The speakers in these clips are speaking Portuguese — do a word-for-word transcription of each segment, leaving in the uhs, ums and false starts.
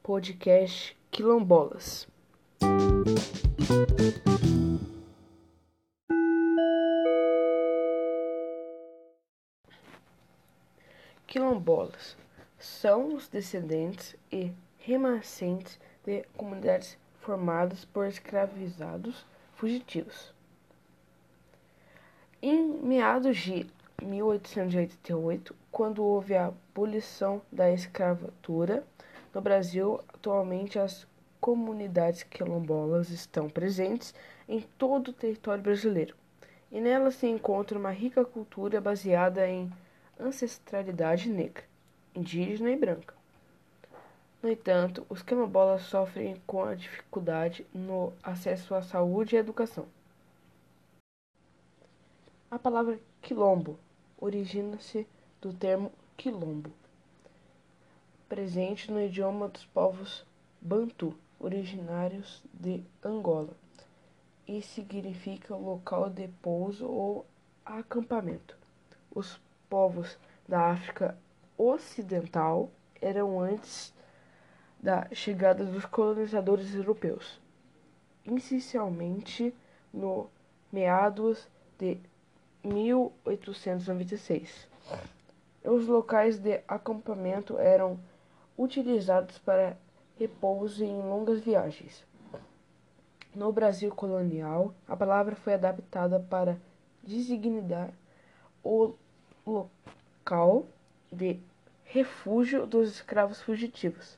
podcast Quilombolas. Quilombolas são os descendentes e remanescentes de comunidades formadas por escravizados fugitivos. Em meados de mil oitocentos e oitenta e oito, quando houve a abolição da escravatura no Brasil, atualmente as comunidades quilombolas estão presentes em todo o território brasileiro, e nelas se encontra uma rica cultura baseada em ancestralidade negra, indígena e branca. No entanto, os quilombolas sofrem com a dificuldade no acesso à saúde e à educação. A palavra quilombo origina-se do termo quilombo, presente no idioma dos povos bantu, originários de Angola, e significa local de pouso ou acampamento. Os povos da África Ocidental eram antes da chegada dos colonizadores europeus, inicialmente no meados de mil oitocentos e noventa e seis. Os locais de acampamento eram utilizados para repouso em longas viagens. No Brasil colonial, a palavra foi adaptada para designar o local de refúgio dos escravos fugitivos.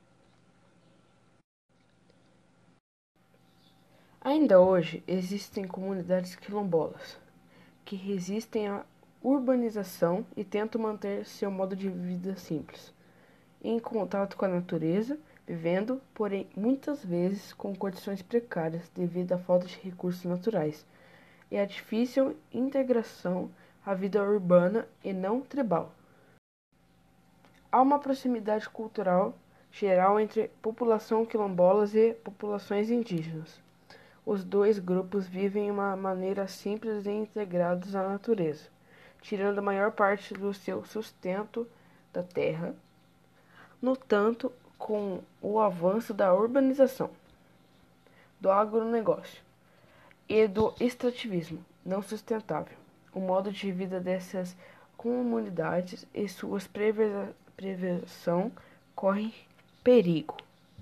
Ainda hoje existem comunidades quilombolas que resistem à urbanização e tentam manter seu modo de vida simples, em contato com a natureza, vivendo, porém, muitas vezes com condições precárias devido à falta de recursos naturais e à difícil integração à vida urbana e não tribal. Há uma proximidade cultural geral entre população quilombolas e populações indígenas. Os dois grupos vivem de uma maneira simples e integrados à natureza, tirando a maior parte do seu sustento da terra. No entanto, com o avanço da urbanização, do agronegócio e do extrativismo não sustentável, o modo de vida dessas comunidades e suas preservação correm perigo.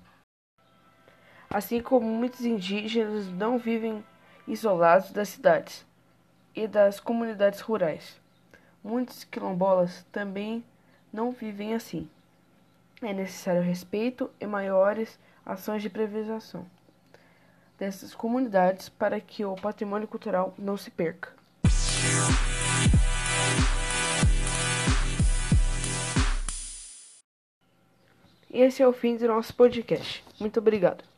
Assim como muitos indígenas não vivem isolados das cidades e das comunidades rurais, muitos quilombolas também não vivem assim. É necessário respeito e maiores ações de preservação dessas comunidades para que o patrimônio cultural não se perca. Esse é o fim do nosso podcast. Muito obrigado.